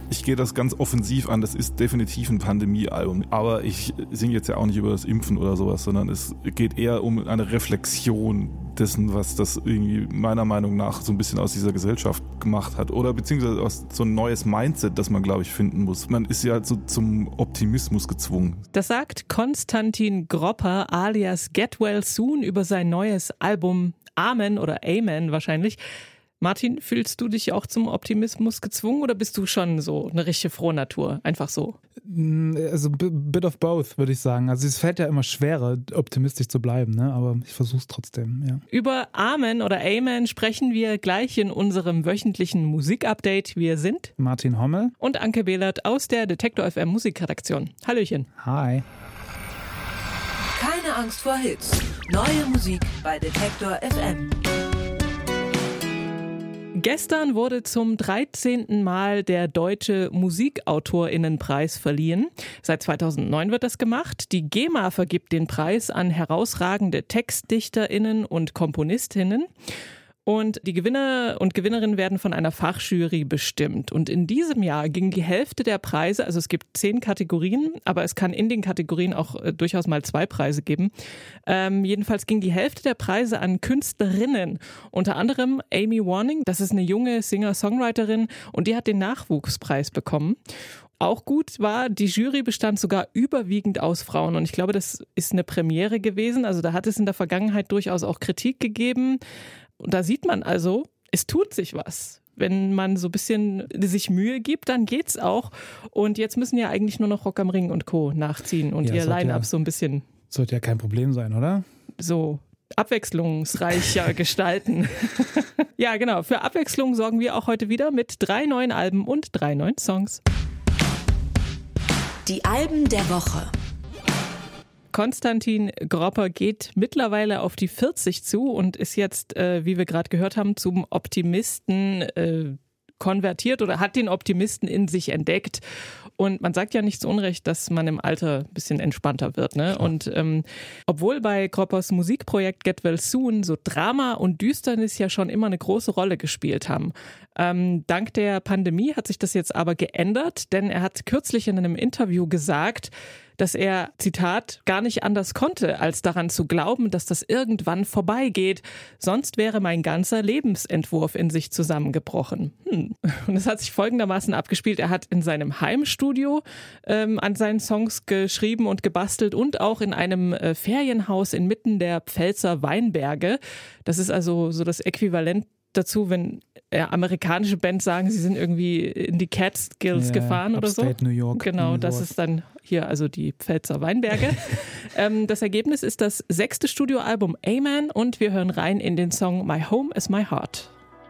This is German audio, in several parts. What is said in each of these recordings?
Ich gehe das ganz offensiv an, das ist definitiv ein Pandemie-Album, aber ich singe jetzt ja auch nicht über das Impfen oder sowas, sondern es geht eher um eine Reflexion dessen, was das irgendwie meiner Meinung nach so ein bisschen aus dieser Gesellschaft gemacht hat oder beziehungsweise aus so ein neues Mindset, das man, glaube ich, finden muss. Man ist ja so zum Optimismus gezwungen. Das sagt Konstantin Gropper alias Get Well Soon über sein neues Album Amen oder Amen wahrscheinlich. Martin, fühlst du dich auch zum Optimismus gezwungen oder bist du schon so eine richtige Frohnatur? Einfach so? Also bit of both, würde ich sagen. Also es fällt ja immer schwerer, optimistisch zu bleiben, ne? Aber ich versuche es trotzdem, ja. Über Amen oder Amen sprechen wir gleich in unserem wöchentlichen Musikupdate. Wir sind Martin Hommel und Anke Behlert aus der Detektor FM Musikredaktion. Hallöchen. Hi. Keine Angst vor Hits. Neue Musik bei Detektor FM. Gestern wurde zum 13. Mal der Deutsche Musikautorinnenpreis verliehen. Seit 2009 wird das gemacht. Die GEMA vergibt den Preis an herausragende TextdichterInnen und KomponistInnen. Und die Gewinner und Gewinnerinnen werden von einer Fachjury bestimmt. Und in diesem Jahr ging die Hälfte der Preise, also es gibt 10 Kategorien, aber es kann in den Kategorien auch durchaus mal 2 Preise geben. Jedenfalls ging die Hälfte der Preise an Künstlerinnen. Unter anderem Amy Warning, das ist eine junge Singer-Songwriterin und die hat den Nachwuchspreis bekommen. Auch gut war, die Jury bestand sogar überwiegend aus Frauen und ich glaube, das ist eine Premiere gewesen. Also da hat es in der Vergangenheit durchaus auch Kritik gegeben. Und da sieht man also, es tut sich was. Wenn man so ein bisschen sich Mühe gibt, dann geht's auch. Und jetzt müssen ja eigentlich nur noch Rock am Ring und Co. nachziehen und ihr Line-Up so ein bisschen... Sollte ja kein Problem sein, oder? So abwechslungsreicher gestalten. Ja, genau. Für Abwechslung sorgen wir auch heute wieder mit 3 neuen Alben und 3 neuen Songs. Die Alben der Woche. Konstantin Gropper geht mittlerweile auf die 40 zu und ist jetzt, wie wir gerade gehört haben, zum Optimisten konvertiert oder hat den Optimisten in sich entdeckt. Und man sagt ja nicht zu Unrecht, dass man im Alter ein bisschen entspannter wird, ne? Und obwohl bei Groppers Musikprojekt Get Well Soon so Drama und Düsternis ja schon immer eine große Rolle gespielt haben. Dank der Pandemie hat sich das jetzt aber geändert, denn er hat kürzlich in einem Interview gesagt, dass er, Zitat, gar nicht anders konnte, als daran zu glauben, dass das irgendwann vorbeigeht. Sonst wäre mein ganzer Lebensentwurf in sich zusammengebrochen. Und es hat sich folgendermaßen abgespielt. Er hat in seinem Heimstudio an seinen Songs geschrieben und gebastelt und auch in einem Ferienhaus inmitten der Pfälzer Weinberge. Das ist also so das Äquivalent dazu, wenn amerikanische Bands sagen, sie sind irgendwie in die Catskills gefahren oder so. Upstate New York. Genau, das ist dann hier also die Pfälzer Weinberge. Das Ergebnis ist das 6. Studioalbum Amen und wir hören rein in den Song My Home is My Heart.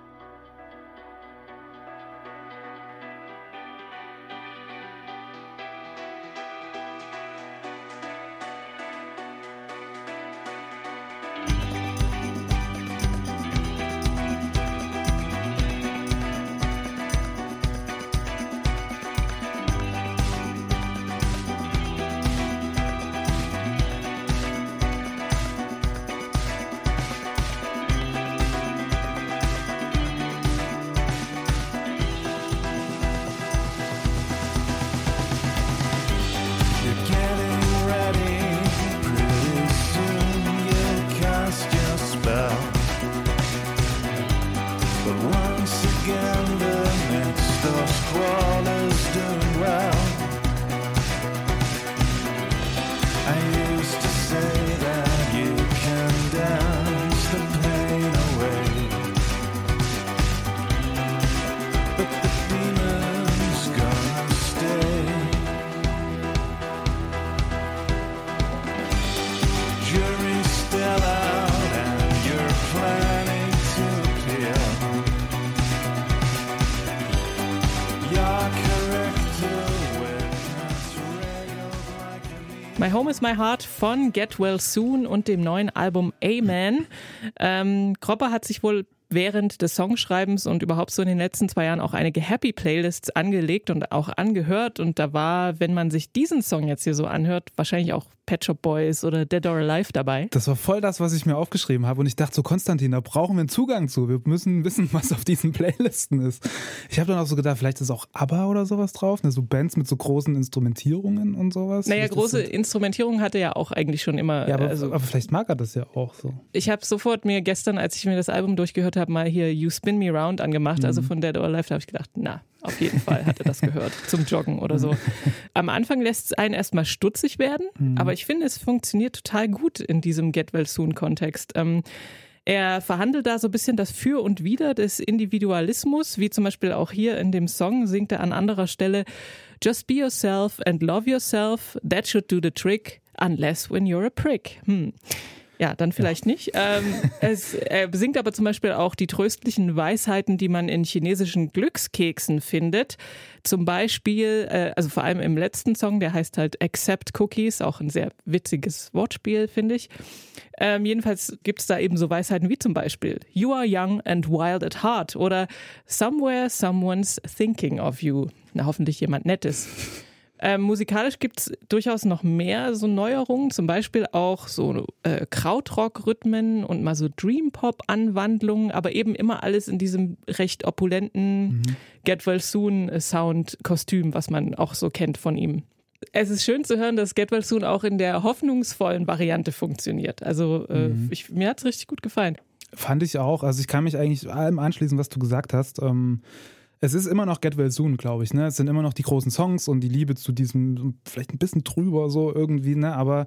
My Home is My Heart von Get Well Soon und dem neuen Album Amen. Gropper hat sich wohl während des Songschreibens und überhaupt so in den letzten 2 Jahren auch einige Happy-Playlists angelegt und auch angehört. Und da war, wenn man sich diesen Song jetzt hier so anhört, wahrscheinlich auch Pet Shop Boys oder Dead or Alive dabei. Das war voll das, was ich mir aufgeschrieben habe und ich dachte so, Konstantin, da brauchen wir einen Zugang zu. Wir müssen wissen, was auf diesen Playlisten ist. Ich habe dann auch so gedacht, vielleicht ist auch ABBA oder sowas drauf, ne? So Bands mit so großen Instrumentierungen und sowas. Naja, große Instrumentierung hatte ja auch eigentlich schon immer. Ja, aber vielleicht mag er das ja auch so. Ich habe sofort mir gestern, als ich mir das Album durchgehört habe, mal hier You Spin Me Round angemacht, also von Dead or Alive, da habe ich gedacht, na, auf jeden Fall hat er das gehört, zum Joggen oder so. Am Anfang lässt es einen erstmal stutzig werden, aber ich finde, es funktioniert total gut in diesem Get Well Soon-Kontext. Er verhandelt da so ein bisschen das Für und Wider des Individualismus, wie zum Beispiel auch hier in dem Song singt er an anderer Stelle Just be yourself and love yourself, that should do the trick, unless when you're a prick. Ja, dann vielleicht nicht. Er singt aber zum Beispiel auch die tröstlichen Weisheiten, die man in chinesischen Glückskeksen findet. Zum Beispiel, also vor allem im letzten Song, der heißt halt Accept Cookies, auch ein sehr witziges Wortspiel, finde ich. Jedenfalls gibt es da eben so Weisheiten wie zum Beispiel You are young and wild at heart oder Somewhere someone's thinking of you. Na, hoffentlich jemand Nettes. Musikalisch gibt es durchaus noch mehr so Neuerungen, zum Beispiel auch so Krautrock-Rhythmen und mal so Dream-Pop-Anwandlungen, aber eben immer alles in diesem recht opulenten Get Well Soon-Sound-Kostüm, was man auch so kennt von ihm. Es ist schön zu hören, dass Get Well Soon auch in der hoffnungsvollen Variante funktioniert. Also mir hat es richtig gut gefallen. Fand ich auch. Also ich kann mich eigentlich allem anschließen, was du gesagt hast. Es ist immer noch Get Well Soon, glaube ich. Ne? Es sind immer noch die großen Songs und die Liebe zu diesem, vielleicht ein bisschen drüber so irgendwie, ne? Aber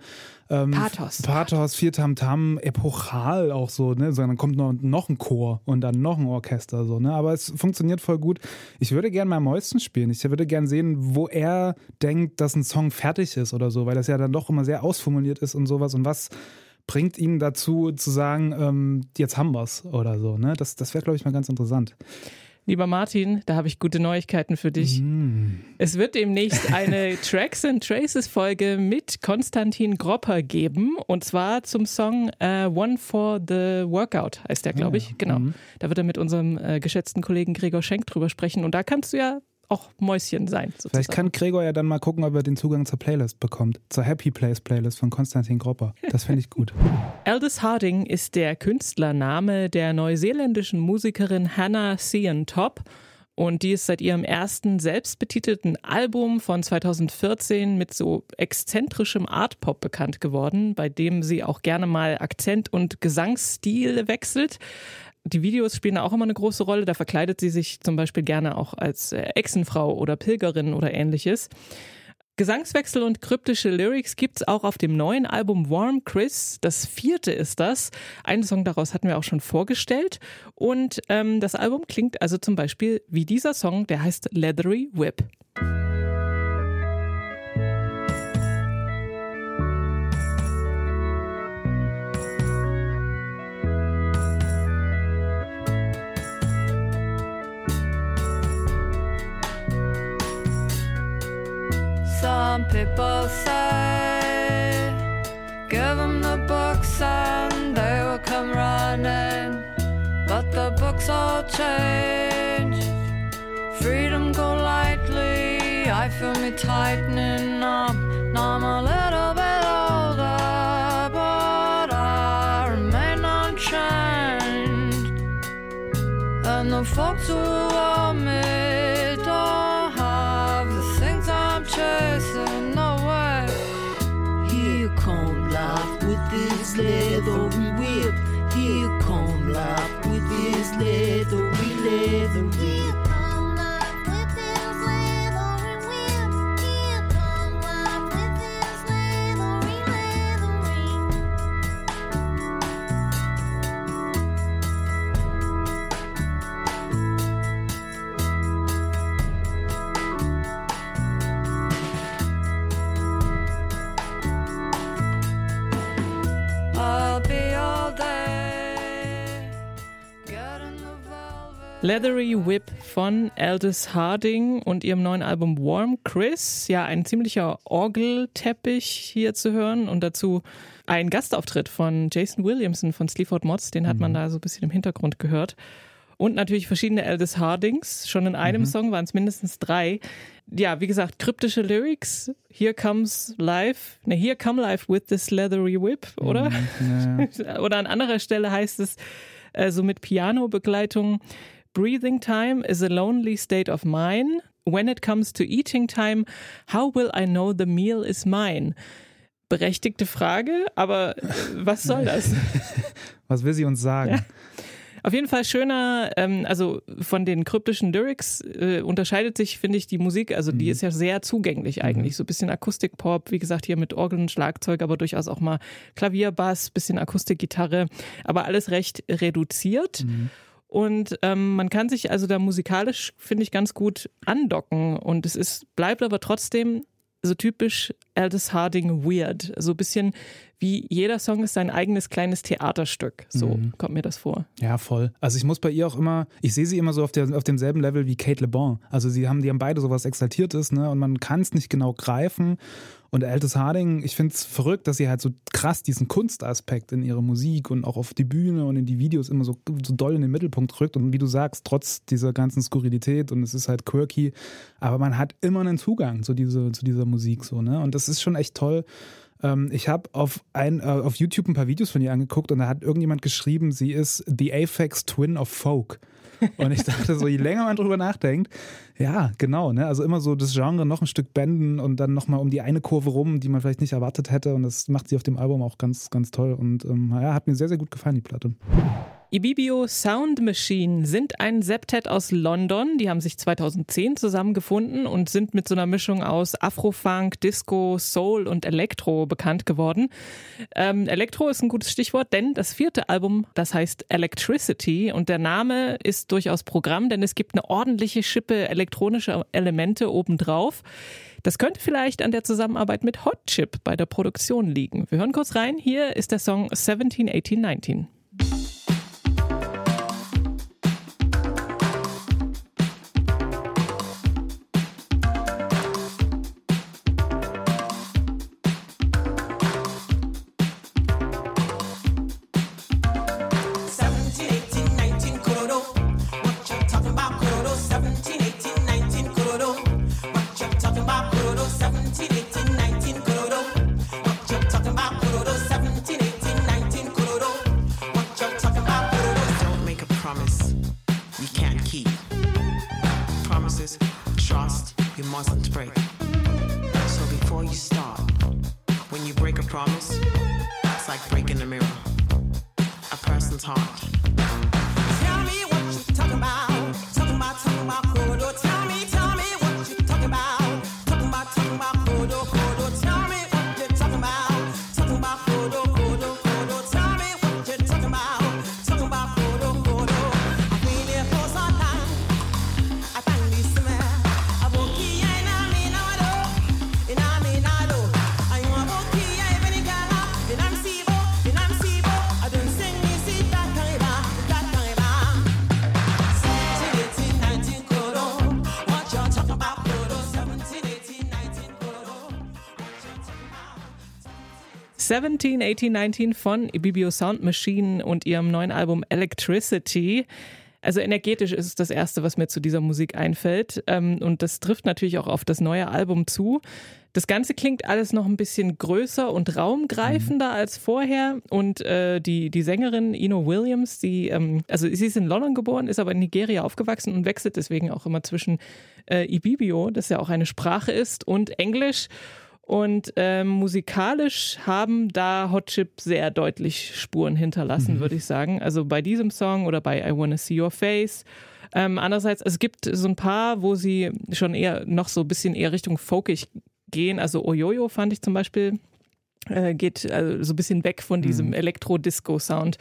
Pathos, viel Tamtam, epochal auch so, ne? So, dann kommt noch ein Chor und dann noch ein Orchester, so, ne? Aber es funktioniert voll gut. Ich würde gerne mal Mäuschen spielen. Ich würde gerne sehen, wo er denkt, dass ein Song fertig ist oder so, weil das ja dann doch immer sehr ausformuliert ist und sowas. Und was bringt ihn dazu zu sagen, jetzt haben wir's oder so, ne? Das wäre, glaube ich, mal ganz interessant. Lieber Martin, da habe ich gute Neuigkeiten für dich. Es wird demnächst eine Tracks and Traces Folge mit Konstantin Gropper geben und zwar zum Song One for the Workout heißt der, glaube ich. Genau. Da wird er mit unserem geschätzten Kollegen Gregor Schenk drüber sprechen und da kannst du ja auch Mäuschen sein. Sozusagen. Vielleicht kann Gregor ja dann mal gucken, ob er den Zugang zur Playlist bekommt. Zur Happy Place Playlist von Konstantin Gropper. Das fände ich gut. Aldous Harding ist der Künstlername der neuseeländischen Musikerin Hannah Sean Top. Und die ist seit ihrem ersten selbstbetitelten Album von 2014 mit so exzentrischem Art-Pop bekannt geworden, bei dem sie auch gerne mal Akzent und Gesangsstil wechselt. Die Videos spielen auch immer eine große Rolle. Da verkleidet sie sich zum Beispiel gerne auch als Echsenfrau oder Pilgerin oder ähnliches. Gesangswechsel und kryptische Lyrics gibt's auch auf dem neuen Album Warm Chris. Das 4. ist das. Einen Song daraus hatten wir auch schon vorgestellt. Und das Album klingt also zum Beispiel wie dieser Song, der heißt Leathery Whip. Some people say, give them the books and they will come running. But the books all change. Freedom go lightly, I feel me tightening up. Now I'm a little bit older, but I remain unchanged. And the folks who love me don't have the things I'm chasing away. Here come life with this leathery whip. Here come life with this leathery whip. Leathery Whip von Aldous Harding und ihrem neuen Album Warm Chris. Ja, ein ziemlicher Orgelteppich hier zu hören und dazu ein Gastauftritt von Jason Williamson von Sleaford Mods, den hat man da so ein bisschen im Hintergrund gehört. Und natürlich verschiedene Aldous Hardings, schon in einem Song waren es mindestens 3. ja, wie gesagt, kryptische Lyrics. Here come life with this leathery whip, oder? Ja. Oder an anderer Stelle heißt es so mit Piano-Begleitung: Breathing time is a lonely state of mine. When it comes to eating time, how will I know the meal is mine? Berechtigte Frage, aber was soll das? Was will sie uns sagen? Ja. Auf jeden Fall schöner, also von den kryptischen Lyrics unterscheidet sich, finde ich, die Musik, also die ist ja sehr zugänglich eigentlich, so ein bisschen Akustikpop, wie gesagt hier mit Orgel und Schlagzeug, aber durchaus auch mal Klavier, Bass, bisschen Akustikgitarre, aber alles recht reduziert. Und man kann sich also da musikalisch, finde ich, ganz gut andocken und bleibt aber trotzdem so typisch Aldous Harding weird, so ein bisschen wie jeder Song ist sein eigenes kleines Theaterstück, so kommt mir das vor. Ja, voll. Also ich muss bei ihr auch immer, ich sehe sie immer so auf demselben Level wie Kate Le Bon, also die haben beide sowas Exaltiertes, ne, und man kann es nicht genau greifen. Und Aldous Harding, ich finde es verrückt, dass sie halt so krass diesen Kunstaspekt in ihre Musik und auch auf die Bühne und in die Videos immer so doll in den Mittelpunkt rückt. Und wie du sagst, trotz dieser ganzen Skurrilität und es ist halt quirky, aber man hat immer einen Zugang zu dieser Musik so, ne? Und das ist schon echt toll. Ich habe auf YouTube ein paar Videos von ihr angeguckt und da hat irgendjemand geschrieben, sie ist the Aphex Twin of Folk. Und ich dachte so, je länger man drüber nachdenkt, ja, genau, ne? Also immer so das Genre noch ein Stück benden und dann nochmal um die eine Kurve rum, die man vielleicht nicht erwartet hätte. Und das macht sie auf dem Album auch ganz, ganz toll. Und ja, hat mir sehr, sehr gut gefallen, die Platte. Ibibio Sound Machine sind ein Septet aus London. Die haben sich 2010 zusammengefunden und sind mit so einer Mischung aus Afrofunk, Disco, Soul und Elektro bekannt geworden. Elektro ist ein gutes Stichwort, denn das 4. Album, das heißt Electricity und der Name ist durchaus Programm, denn es gibt eine ordentliche Schippe elektronischer Elemente obendrauf. Das könnte vielleicht an der Zusammenarbeit mit Hot Chip bei der Produktion liegen. Wir hören kurz rein. Hier ist der Song 17, 18, 19. "17, 18, 19" von Ibibio Sound Machine und ihrem neuen Album Electricity. Also energetisch ist es das Erste, was mir zu dieser Musik einfällt. Und das trifft natürlich auch auf das neue Album zu. Das Ganze klingt alles noch ein bisschen größer und raumgreifender als vorher. Und die Sängerin Eno Williams, also sie ist in London geboren, ist aber in Nigeria aufgewachsen und wechselt deswegen auch immer zwischen Ibibio, das ja auch eine Sprache ist, und Englisch. Und musikalisch haben da Hot Chip sehr deutlich Spuren hinterlassen, würde ich sagen. Also bei diesem Song oder bei I Wanna See Your Face. Andererseits, es gibt so ein paar, wo sie schon eher noch so ein bisschen eher Richtung folkig gehen. Also Oyoyo fand ich zum Beispiel, geht so ein bisschen weg von diesem Elektro-Disco-Sound.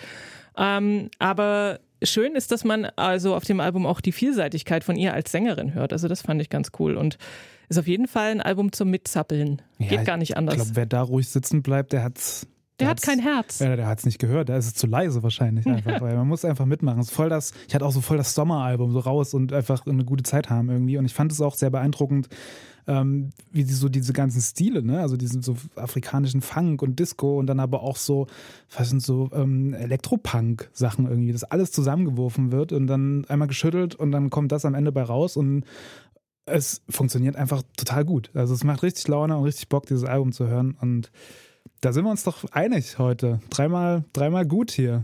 Aber schön ist, dass man also auf dem Album auch die Vielseitigkeit von ihr als Sängerin hört. Also das fand ich ganz cool und ist auf jeden Fall ein Album zum Mitzappeln. Ja, geht gar nicht anders. Ich glaube, wer da ruhig sitzen bleibt, der hat kein Herz. Ja, der hat es nicht gehört. Da ist es zu leise wahrscheinlich einfach. Weil man muss einfach mitmachen. Ich hatte auch so voll das Sommeralbum so raus und einfach eine gute Zeit haben irgendwie. Und ich fand es auch sehr beeindruckend, wie sie so diese ganzen Stile, ne? Also diesen so afrikanischen Funk und Disco und dann aber auch so, was sind so Elektropunk-Sachen irgendwie, dass alles zusammengeworfen wird und dann einmal geschüttelt und dann kommt das am Ende bei raus und es funktioniert einfach total gut. Also es macht richtig Laune und richtig Bock, dieses Album zu hören. Und da sind wir uns doch einig heute. Dreimal gut hier.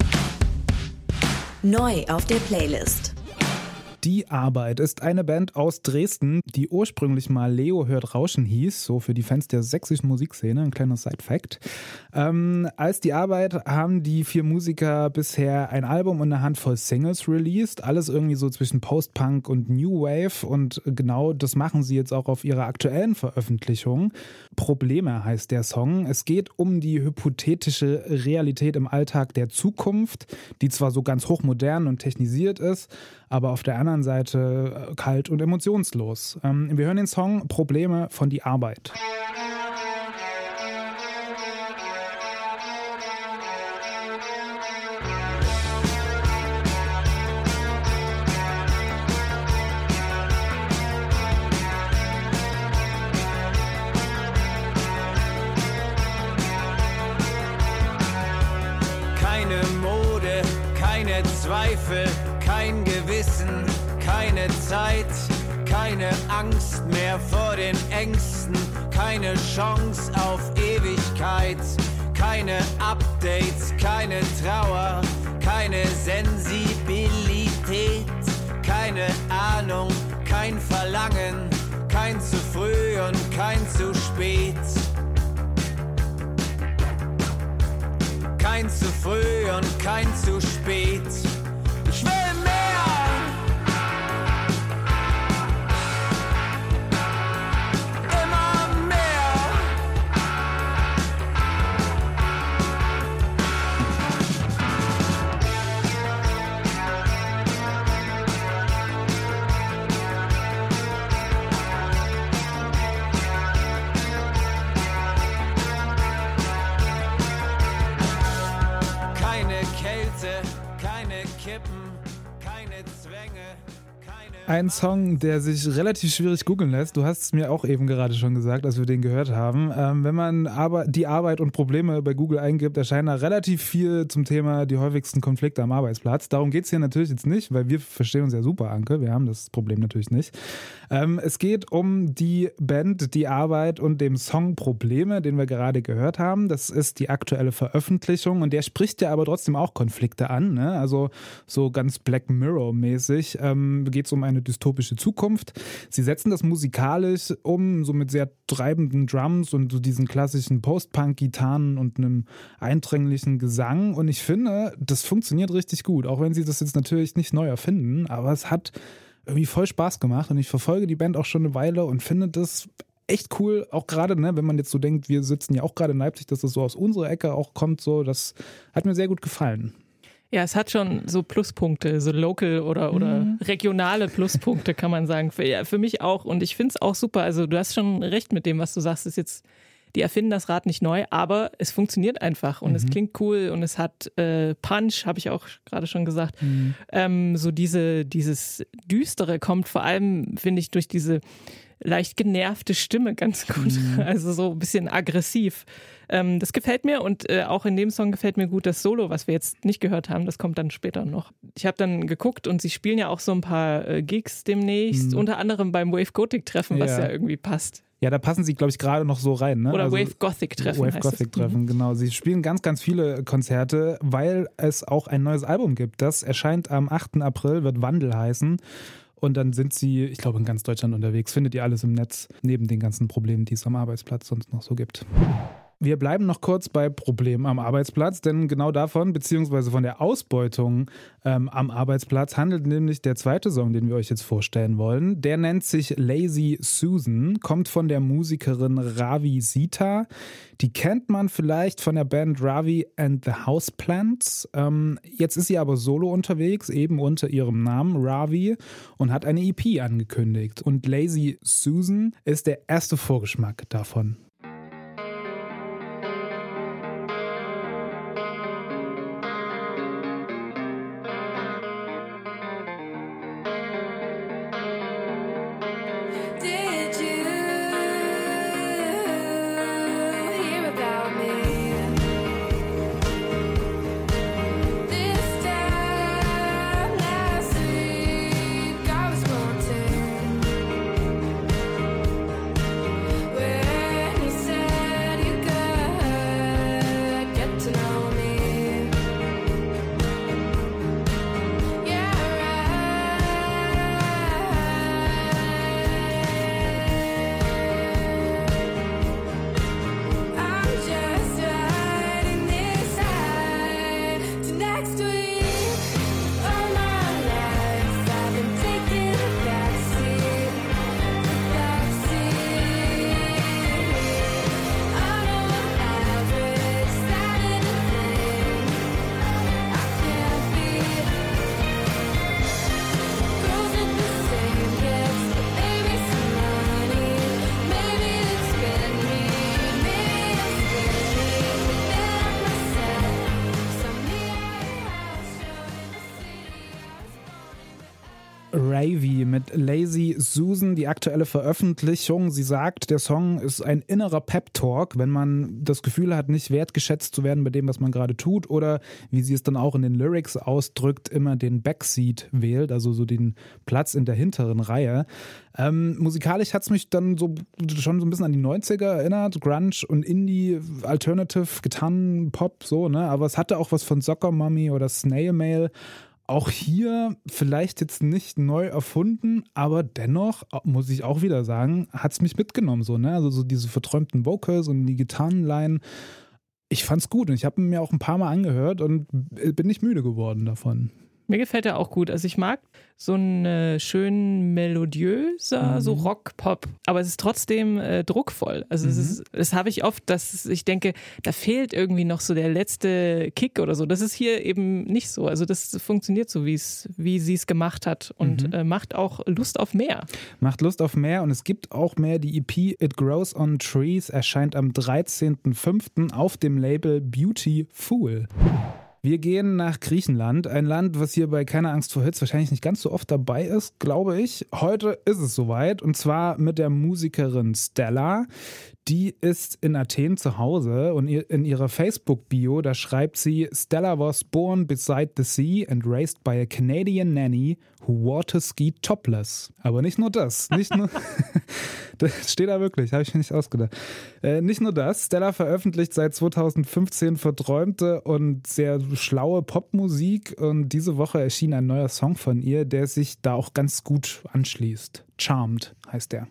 Neu auf der Playlist. Die Arbeit ist eine Band aus Dresden, die ursprünglich mal Leo hört Rauschen hieß, so für die Fans der sächsischen Musikszene, ein kleiner Side-Fact. Als Die Arbeit haben die 4 Musiker bisher ein Album und eine Handvoll Singles released, alles irgendwie so zwischen Post-Punk und New Wave und genau das machen sie jetzt auch auf ihrer aktuellen Veröffentlichung. Probleme heißt der Song. Es geht um die hypothetische Realität im Alltag der Zukunft, die zwar so ganz hochmodern und technisiert ist, aber auf der anderen Seite kalt und emotionslos. Wir hören den Song Probleme von Die Arbeit. Keine Mode, keine Zweifel, kein Gewissen, keine Zeit, keine Angst mehr vor den Ängsten, keine Chance auf Ewigkeit, keine Updates, keine Trauer, keine Sensibilität, keine Ahnung, kein Verlangen, kein zu früh und kein zu spät. Kein zu früh und kein zu spät. Ich will mehr. Immer mehr. Keine Kälte, keine Kippen, keine Zwänge, keine... Ein Song, der sich relativ schwierig googeln lässt. Du hast es mir auch eben gerade schon gesagt, als wir den gehört haben. Wenn man die Arbeit und Probleme bei Google eingibt, erscheint da relativ viel zum Thema die häufigsten Konflikte am Arbeitsplatz. Darum geht es hier natürlich jetzt nicht, weil wir verstehen uns ja super, Anke. Wir haben das Problem natürlich nicht. Es geht um die Band, die Arbeit und dem Song Probleme, den wir gerade gehört haben. Das ist die aktuelle Veröffentlichung und der spricht ja aber trotzdem auch Konflikte an. Ne? Also so ganz Black Mirror-mäßig geht es um eine dystopische Zukunft. Sie setzen das musikalisch um, so mit sehr treibenden Drums und so diesen klassischen Post-Punk-Gitarren und einem eindringlichen Gesang. Und ich finde, das funktioniert richtig gut, auch wenn sie das jetzt natürlich nicht neu erfinden, aber es hat irgendwie voll Spaß gemacht und ich verfolge die Band auch schon eine Weile und finde das echt cool, auch gerade, ne, wenn man jetzt so denkt, wir sitzen ja auch gerade in Leipzig, dass das so aus unserer Ecke auch kommt, so, das hat mir sehr gut gefallen. Ja, es hat schon so Pluspunkte, so local oder regionale Pluspunkte, kann man sagen. Für mich auch. Und ich finde es auch super. Also du hast schon recht mit dem, was du sagst. Ist jetzt, die erfinden das Rad nicht neu, aber es funktioniert einfach und es klingt cool und es hat Punch, habe ich auch gerade schon gesagt. So dieses Düstere kommt vor allem, finde ich, durch diese leicht genervte Stimme ganz gut. Also so ein bisschen aggressiv. Das gefällt mir und auch in dem Song gefällt mir gut das Solo, was wir jetzt nicht gehört haben. Das kommt dann später noch. Ich habe dann geguckt und sie spielen ja auch so ein paar Gigs demnächst, unter anderem beim Wave Gothic Treffen, was ja irgendwie passt. Ja, da passen sie, glaube ich, gerade noch so rein. Ne? Oder also Wave Gothic Treffen. Wave Gothic Treffen, genau. Sie spielen ganz, ganz viele Konzerte, weil es auch ein neues Album gibt. Das erscheint am 8. April, wird Wandel heißen. Und dann sind sie, ich glaube, in ganz Deutschland unterwegs. Findet ihr alles im Netz, neben den ganzen Problemen, die es am Arbeitsplatz sonst noch so gibt. Wir bleiben noch kurz bei Problemen am Arbeitsplatz, denn genau davon, beziehungsweise von der Ausbeutung am Arbeitsplatz, handelt nämlich der zweite Song, den wir euch jetzt vorstellen wollen. Der nennt sich Lazy Susan, kommt von der Musikerin Ravi Sita. Die kennt man vielleicht von der Band Ravi and the Houseplants. Jetzt ist sie aber solo unterwegs, eben unter ihrem Namen Ravi, und hat eine EP angekündigt. Und Lazy Susan ist der erste Vorgeschmack davon. mit Lazy Susan, die aktuelle Veröffentlichung. Sie sagt, der Song ist ein innerer Pep-Talk, wenn man das Gefühl hat, nicht wertgeschätzt zu werden bei dem, was man gerade tut oder, wie sie es dann auch in den Lyrics ausdrückt, immer den Backseat wählt, also so den Platz in der hinteren Reihe. Musikalisch hat es mich dann so schon so ein bisschen an die 90er erinnert, Grunge und Indie, Alternative, Gitarren, Pop, so, ne? Aber es hatte auch was von Soccer Mommy oder Snail Mail. Auch hier vielleicht jetzt nicht neu erfunden, aber dennoch, muss ich auch wieder sagen, hat es mich mitgenommen, so, ne? Also so diese verträumten Vocals und die Gitarrenline. Ich fand's gut und ich habe mir auch ein paar Mal angehört und bin nicht müde geworden davon. Mir gefällt er auch gut. Also ich mag so einen schön melodiöser, so Rock-Pop, aber es ist trotzdem druckvoll. Also das habe ich oft, dass ich denke, da fehlt irgendwie noch so der letzte Kick oder so. Das ist hier eben nicht so. Also das funktioniert so, wie sie es gemacht hat und macht auch Lust auf mehr. Macht Lust auf mehr und es gibt auch mehr. Die EP It Grows on Trees erscheint am 13.05. auf dem Label Beautiful. Wir gehen nach Griechenland, ein Land, was hier bei Keine Angst vor Hits wahrscheinlich nicht ganz so oft dabei ist, glaube ich. Heute ist es soweit und zwar mit der Musikerin Stella. Die ist in Athen zu Hause und in ihrer Facebook-Bio, da schreibt sie, Stella was born beside the sea and raised by a Canadian nanny who water skied topless. Aber nicht nur das, das steht da wirklich, habe ich mir nicht ausgedacht. Nicht nur das, Stella veröffentlicht seit 2015 verträumte und sehr schlaue Popmusik und diese Woche erschien ein neuer Song von ihr, der sich da auch ganz gut anschließt. Charmed heißt der.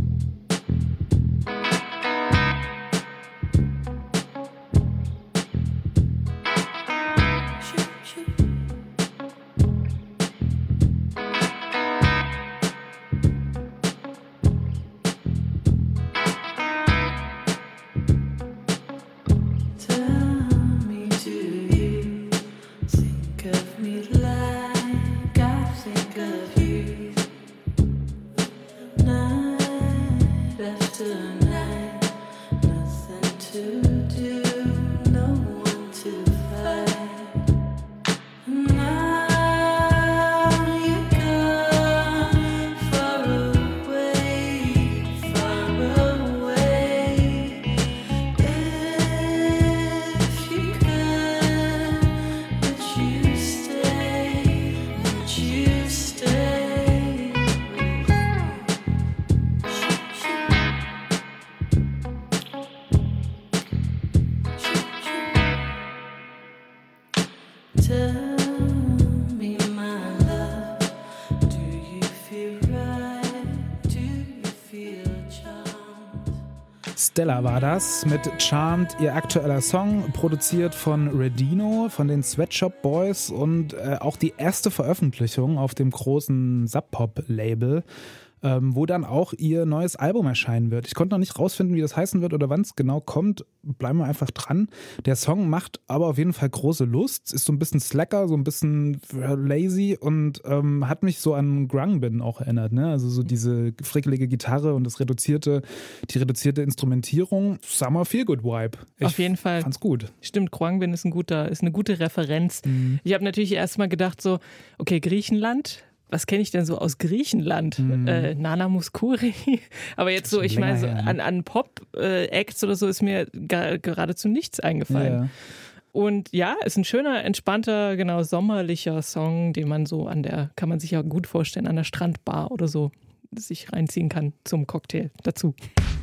Stella war das mit Charmed, ihr aktueller Song, produziert von Redino, von den Sweatshop Boys und auch die erste Veröffentlichung auf dem großen Sub-Pop-Label, wo dann auch ihr neues Album erscheinen wird. Ich konnte noch nicht rausfinden, wie das heißen wird oder wann es genau kommt. Bleiben wir einfach dran. Der Song macht aber auf jeden Fall große Lust, ist so ein bisschen slacker, so ein bisschen lazy und hat mich so an Grungbin auch erinnert, ne? Also so diese frickelige Gitarre und die reduzierte Instrumentierung. Summer Feel Good Vibe. Auf jeden Fall. Fand's gut. Stimmt, Grungbin ist eine gute Referenz. Ich habe natürlich erstmal gedacht so, okay, Griechenland. Was kenne ich denn so aus Griechenland? Nana Mouskouri. Aber jetzt so, ich meine, so an Pop-Acts oder so ist mir geradezu nichts eingefallen. Ja. Und ja, ist ein schöner, entspannter, genau sommerlicher Song, den man so kann man sich ja gut vorstellen, an der Strandbar oder so sich reinziehen kann zum Cocktail dazu.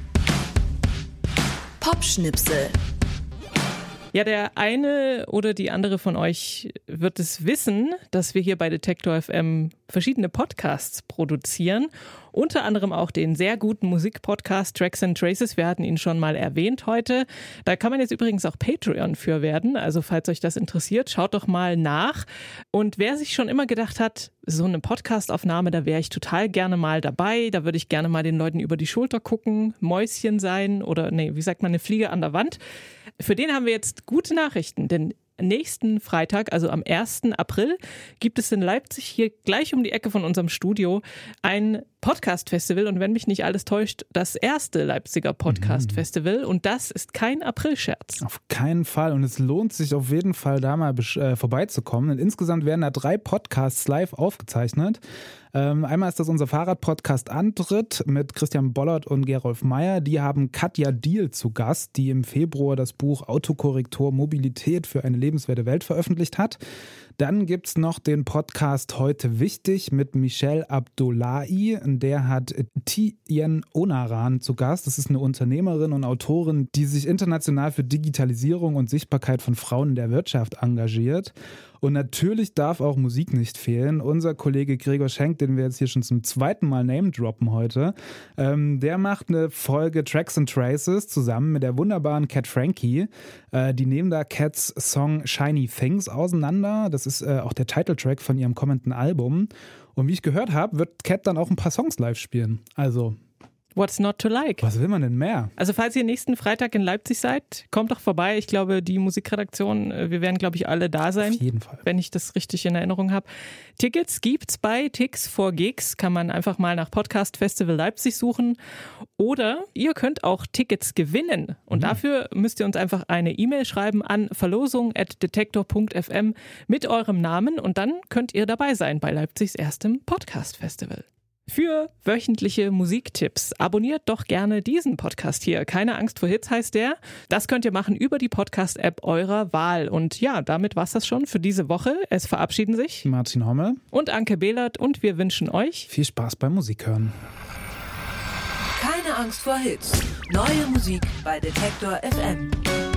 Popschnipsel. Ja, der eine oder die andere von euch wird es wissen, dass wir hier bei Detektor FM verschiedene Podcasts produzieren. Unter anderem auch den sehr guten Musikpodcast Tracks and Traces. Wir hatten ihn schon mal erwähnt heute. Da kann man jetzt übrigens auch Patreon für werden. Also falls euch das interessiert, schaut doch mal nach. Und wer sich schon immer gedacht hat, so eine Podcastaufnahme, da wäre ich total gerne mal dabei. Da würde ich gerne mal den Leuten über die Schulter gucken, Mäuschen sein oder wie sagt man, eine Fliege an der Wand. Für den haben wir jetzt gute Nachrichten, denn nächsten Freitag, also am 1. April, gibt es in Leipzig hier gleich um die Ecke von unserem Studio ein Podcast-Festival und wenn mich nicht alles täuscht, das erste Leipziger Podcast-Festival und das ist kein Aprilscherz. Auf keinen Fall und es lohnt sich auf jeden Fall da mal vorbeizukommen. Und insgesamt werden da 3 Podcasts live aufgezeichnet. Einmal ist das unser Fahrrad-Podcast Antritt mit Christian Bollert und Gerolf Meyer. Die haben Katja Diehl zu Gast, die im Februar das Buch Autokorrektur Mobilität für eine lebenswerte Welt veröffentlicht hat. Dann gibt es noch den Podcast Heute Wichtig mit Michelle Abdullahi. Der hat Tien Onaran zu Gast. Das ist eine Unternehmerin und Autorin, die sich international für Digitalisierung und Sichtbarkeit von Frauen in der Wirtschaft engagiert. Und natürlich darf auch Musik nicht fehlen. Unser Kollege Gregor Schenk, den wir jetzt hier schon zum 2. Mal name-droppen heute, der macht eine Folge Tracks and Traces zusammen mit der wunderbaren Cat Frankie. Die nehmen da Cats Song Shiny Things auseinander. Das ist auch der Titeltrack von ihrem kommenden Album. Und wie ich gehört habe, wird Cat dann auch ein paar Songs live spielen. Also... What's not to like? Was will man denn mehr? Also falls ihr nächsten Freitag in Leipzig seid, kommt doch vorbei. Ich glaube, die Musikredaktion, wir werden, glaube ich, alle da sein. Auf jeden Fall. Wenn ich das richtig in Erinnerung habe. Tickets gibt's bei Tix for Gigs. Kann man einfach mal nach Podcast Festival Leipzig suchen. Oder ihr könnt auch Tickets gewinnen. Und dafür müsst ihr uns einfach eine E-Mail schreiben an verlosung@detektor.fm mit eurem Namen. Und dann könnt ihr dabei sein bei Leipzigs erstem Podcast Festival. Für wöchentliche Musiktipps abonniert doch gerne diesen Podcast hier. Keine Angst vor Hits heißt der. Das könnt ihr machen über die Podcast-App eurer Wahl. Und ja, damit war's das schon für diese Woche. Es verabschieden sich Martin Hommel und Anke Behlert und wir wünschen euch viel Spaß beim Musikhören. Keine Angst vor Hits. Neue Musik bei Detektor FM.